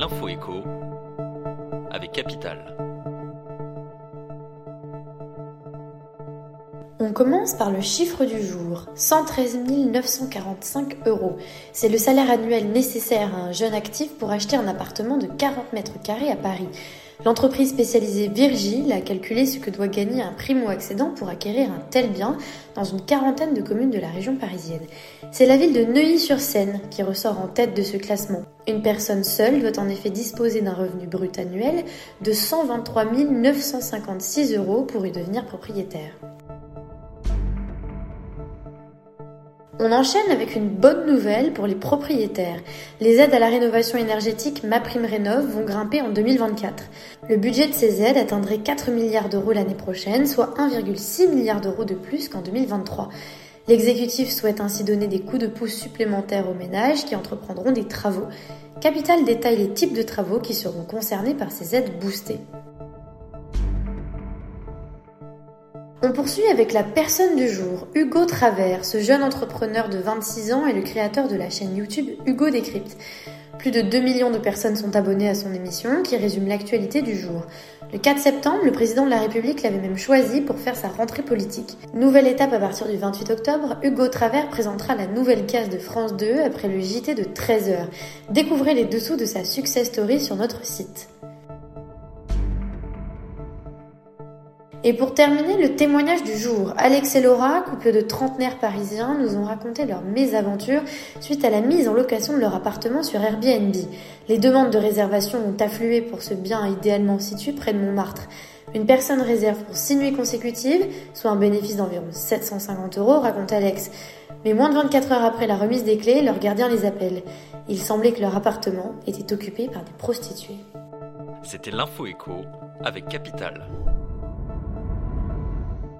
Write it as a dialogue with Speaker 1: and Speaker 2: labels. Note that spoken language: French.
Speaker 1: l'info écho avec Capital.
Speaker 2: On commence par le chiffre du jour, 113 945 €. C'est le salaire annuel nécessaire à un jeune actif pour acheter un appartement de 40 mètres carrés à Paris. L'entreprise spécialisée Virgile a calculé ce que doit gagner un primo-accédant pour acquérir un tel bien dans une quarantaine de communes de la région parisienne. C'est la ville de Neuilly-sur-Seine qui ressort en tête de ce classement. Une personne seule doit en effet disposer d'un revenu brut annuel de 123 956 € pour y devenir propriétaire. On enchaîne avec une bonne nouvelle pour les propriétaires. Les aides à la rénovation énergétique MaPrimeRénov' vont grimper en 2024. Le budget de ces aides atteindrait 4 milliards d'euros l'année prochaine, soit 1,6 milliard d'euros de plus qu'en 2023. L'exécutif souhaite ainsi donner des coups de pouce supplémentaires aux ménages qui entreprendront des travaux. Capital détaille les types de travaux qui seront concernés par ces aides boostées. On poursuit avec la personne du jour, Hugo Travers. Ce jeune entrepreneur de 26 ans est le créateur de la chaîne YouTube Hugo Décrypte. Plus de 2 millions de personnes sont abonnées à son émission qui résume l'actualité du jour. Le 4 septembre, le président de la République l'avait même choisi pour faire sa rentrée politique. Nouvelle étape à partir du 28 octobre, Hugo Travers présentera la nouvelle case de France 2 après le JT de 13h. Découvrez les dessous de sa success story sur notre site. Et pour terminer, le témoignage du jour. Alex et Laura, couple de trentenaires parisiens, nous ont raconté leur mésaventure suite à la mise en location de leur appartement sur Airbnb. Les demandes de réservation ont afflué pour ce bien idéalement situé près de Montmartre. Une personne réserve pour 6 nuits consécutives, soit un bénéfice d'environ 750 €, raconte Alex. Mais moins de 24 heures après la remise des clés, leur gardien les appelle. Il semblait que leur appartement était occupé par des prostituées.
Speaker 1: C'était l'info écho avec Capital.